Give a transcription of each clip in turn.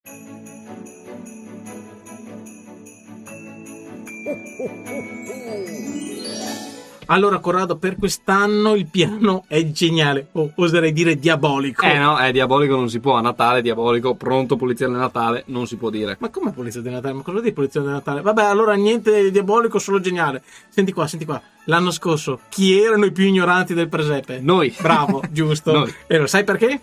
Allora, Corrado, per quest'anno il piano è geniale, oserei dire diabolico. No, è diabolico, non si può. A Natale diabolico, pronto polizia del Natale, non si può dire. Ma com'è polizia del Natale? Ma cosa vuol dire polizia del Natale? Vabbè, allora niente di diabolico, solo geniale. Senti qua. L'anno scorso, chi erano i più ignoranti del presepe? Noi. Bravo, giusto. Noi. E lo sai perché?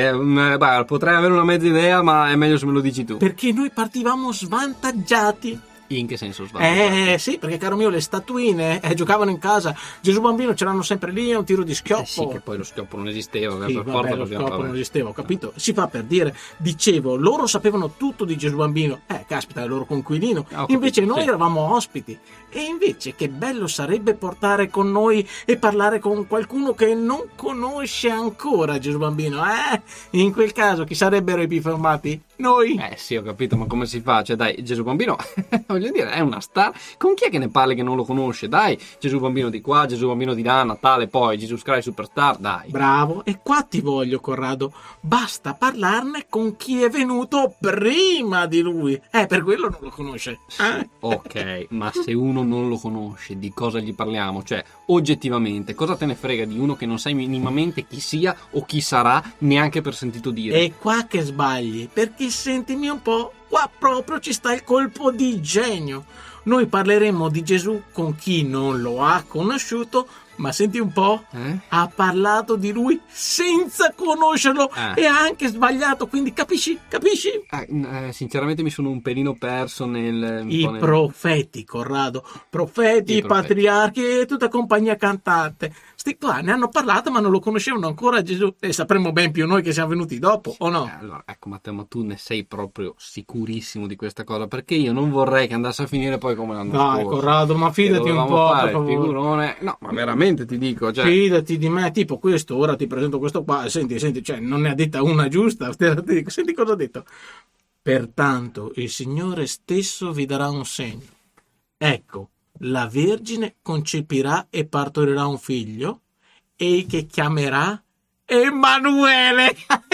Potrei avere una mezza idea, ma è meglio se me lo dici tu. Perché noi partivamo svantaggiati. In che senso sbaglio? Sì, perché caro mio, le statuine giocavano in casa. Gesù Bambino ce l'hanno sempre lì, è un tiro di schioppo. Sì, che poi lo schioppo non esisteva. Sì, per vabbè, forza lo schioppo vabbè. non esisteva, ho capito. Si fa per dire. Dicevo, loro sapevano tutto di Gesù Bambino. Caspita, è il loro conquilino. Invece noi eravamo ospiti. E invece che bello sarebbe portare con noi e parlare con qualcuno che non conosce ancora Gesù Bambino, In quel caso chi sarebbero i più formati? Noi. Sì, ho capito, ma come si fa? Cioè, dai, Gesù Bambino, voglio dire, è una star. Con chi è che ne parli che non lo conosce? Dai, Gesù Bambino di qua, Gesù Bambino di là, Natale, poi Jesus Christ Superstar, dai. Bravo, e qua ti voglio, Corrado. Basta parlarne con chi è venuto prima di lui. Per quello non lo conosce. Ok, ma se uno non lo conosce, di cosa gli parliamo? Cioè, oggettivamente, cosa te ne frega di uno che non sai minimamente chi sia o chi sarà, neanche per sentito dire? È qua che sbagli, perché sentimi un po', qua proprio ci sta il colpo di genio. Noi parleremo di Gesù con chi non lo ha conosciuto, ma senti un po', ha parlato di lui senza conoscerlo e ha anche sbagliato, quindi capisci? Sinceramente mi sono un pelino perso nel... Profeti, Corrado, profeti, patriarchi e tutta compagnia cantante. Sti qua ne hanno parlato ma non lo conoscevano ancora Gesù, e sapremo ben più noi che siamo venuti dopo, o no? Allora, ecco Matteo, ma tu ne sei proprio sicurissimo di questa cosa? Perché io non vorrei che andasse a finire poi come l'anno scorso. Dai, Corrado, ma fidati un po', per favore. Figurone. No, ma veramente ti dico, cioè... Fidati di me, tipo questo, ora ti presento questo qua, senti, cioè non ne ha detta una giusta, senti cosa ha detto. Pertanto il Signore stesso vi darà un segno. Ecco, la Vergine concepirà e partorirà un figlio, e che chiamerà Emanuele.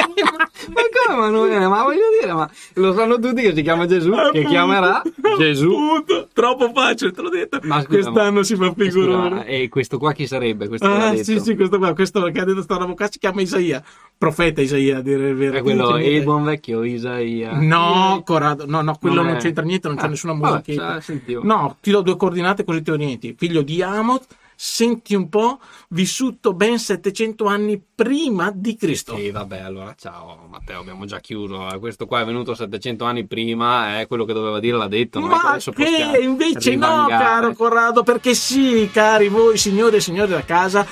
Ma come Emanuele? Ma voglio dire, ma lo sanno tutti che si chiama Gesù, che chiamerà Gesù. Appunto. Troppo facile, te l'ho detto. Ma scusa, quest'anno si fa figurone. E questo qua chi sarebbe? Questo sì, questo che ha detto sta roba qua si chiama Isaia. Profeta Isaia, a dire il vero. È quello, il buon vecchio Isaia. No, Corrado, no, quello non c'entra niente, non c'è nessuna musica. No, ti do 2 coordinate così ti orienti. Figlio di Amot, senti un po', vissuto ben 700 anni prima di Cristo. Sì, vabbè, allora ciao Matteo, abbiamo già chiuso. Questo qua è venuto 700 anni prima, è quello che doveva dire, l'ha detto. Non ma che invece no, caro Corrado, perché sì, cari voi signori e signori da casa,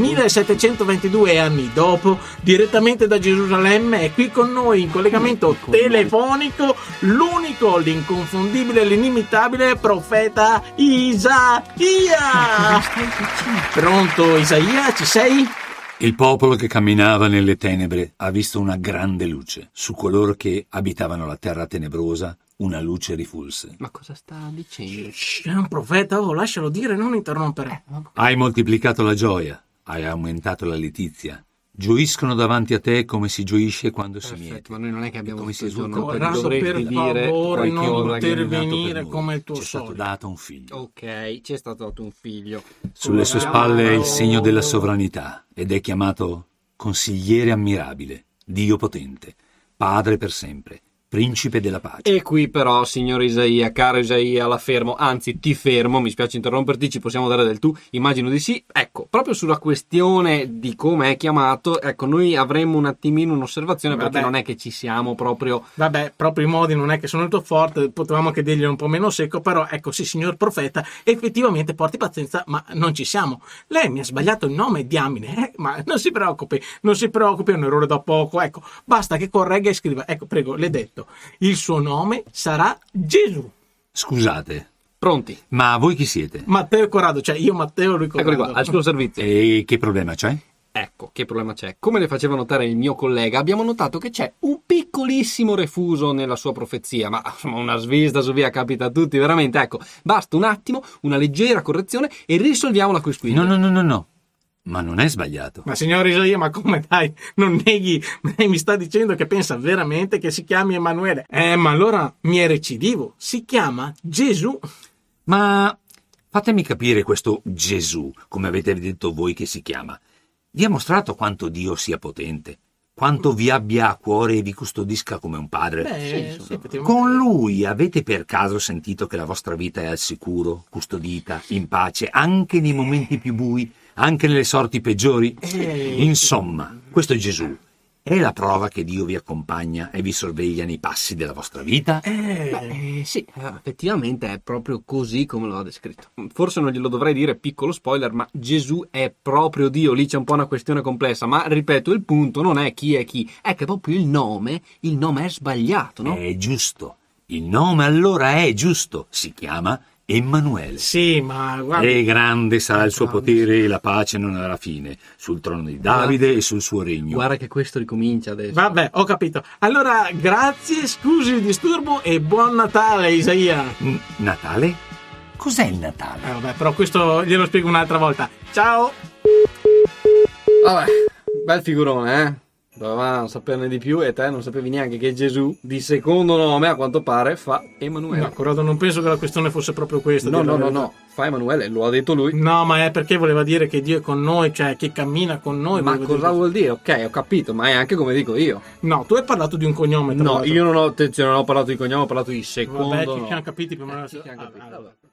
2722 anni dopo, direttamente da Gerusalemme, è qui con noi in collegamento telefonico l'unico, l'inconfondibile, l'inimitabile profeta Isaia. Pronto Isaia, ci sei? Il popolo che camminava nelle tenebre ha visto una grande luce. Su coloro che abitavano la terra tenebrosa una luce rifulse. Ma cosa sta dicendo? È un profeta, lascialo dire, non interrompere. Hai moltiplicato la gioia, hai aumentato la letizia. Gioiscono davanti a te come si gioisce quando si miete. Ma noi non è che abbiamo come si esulta per favore non intervenire come il tuo solito. Ci è stato dato un figlio. Ok, ci è stato dato un figlio. Sulle sue spalle è il segno della sovranità ed è chiamato Consigliere ammirabile, Dio potente, Padre per sempre, Principe della pace. E qui però, signor Isaia, caro Isaia, la fermo, anzi ti fermo, mi spiace interromperti, ci possiamo dare del tu? Immagino di sì. Ecco, proprio sulla questione di come è chiamato, ecco, noi avremmo un attimino un'osservazione, perché non è che ci siamo proprio... Vabbè, proprio i modi non è che sono il tuo forte, potevamo anche dirgli un po' meno secco, però ecco sì, signor profeta, effettivamente porti pazienza, ma non ci siamo. Lei mi ha sbagliato il nome, diamine, ma non si preoccupi, è un errore da poco, ecco, basta che corregga e scriva, ecco, prego, l'hai detto. Il suo nome sarà Gesù. Scusate. Pronti? Ma voi chi siete? Matteo e Corrado, cioè io Matteo, lui Corrado. Eccoli qua, al suo servizio. E che problema c'è? Ecco, che problema c'è? Come le faceva notare il mio collega, abbiamo notato che c'è un piccolissimo refuso nella sua profezia, ma insomma una svista su via capita a tutti, veramente, ecco, basta un attimo, una leggera correzione e risolviamo la questione. No. Ma non è sbagliato. Ma signor Isaia, ma come dai? Non neghi? Lei mi sta dicendo che pensa veramente che si chiami Emanuele? Ma allora mi è recidivo. Si chiama Gesù. Ma fatemi capire questo Gesù, come avete detto voi che si chiama. Vi ha mostrato quanto Dio sia potente, quanto vi abbia a cuore e vi custodisca come un padre. Sì, effettivamente. Con lui avete per caso sentito che la vostra vita è al sicuro, custodita, in pace, anche nei momenti più bui, anche nelle sorti peggiori? Insomma, questo Gesù è la prova che Dio vi accompagna e vi sorveglia nei passi della vostra vita? Sì, effettivamente è proprio così come lo ha descritto. Forse non glielo dovrei dire, piccolo spoiler, ma Gesù è proprio Dio. Lì c'è un po' una questione complessa, ma ripeto, il punto non è chi, è che proprio il nome è sbagliato, no? È giusto. Il nome allora è giusto. Si chiama Emanuele. Sì, ma guarda. E grande sarà il suo potere e la pace non avrà fine sul trono di Davide e sul suo regno. Guarda che questo ricomincia adesso. Vabbè, ho capito. Allora, grazie, scusi il disturbo e buon Natale, Isaia. Natale? Cos'è il Natale? Vabbè, però questo glielo spiego un'altra volta. Ciao! Vabbè, bel figurone, eh? Dovevamo saperne di più e te non sapevi neanche che Gesù, di secondo nome, a quanto pare, fa Emanuele. No, Corrado, non penso che la questione fosse proprio questa. No, fa Emanuele, lo ha detto lui. No, ma è perché voleva dire che Dio è con noi, cioè che cammina con noi. Ma cosa vuol dire? Ok, ho capito, ma è anche come dico io. No, tu hai parlato di un cognome. No, io non ho parlato di cognome, ho parlato di secondo. Vabbè, ci nome. siamo capiti. Ci siamo capiti, vabbè.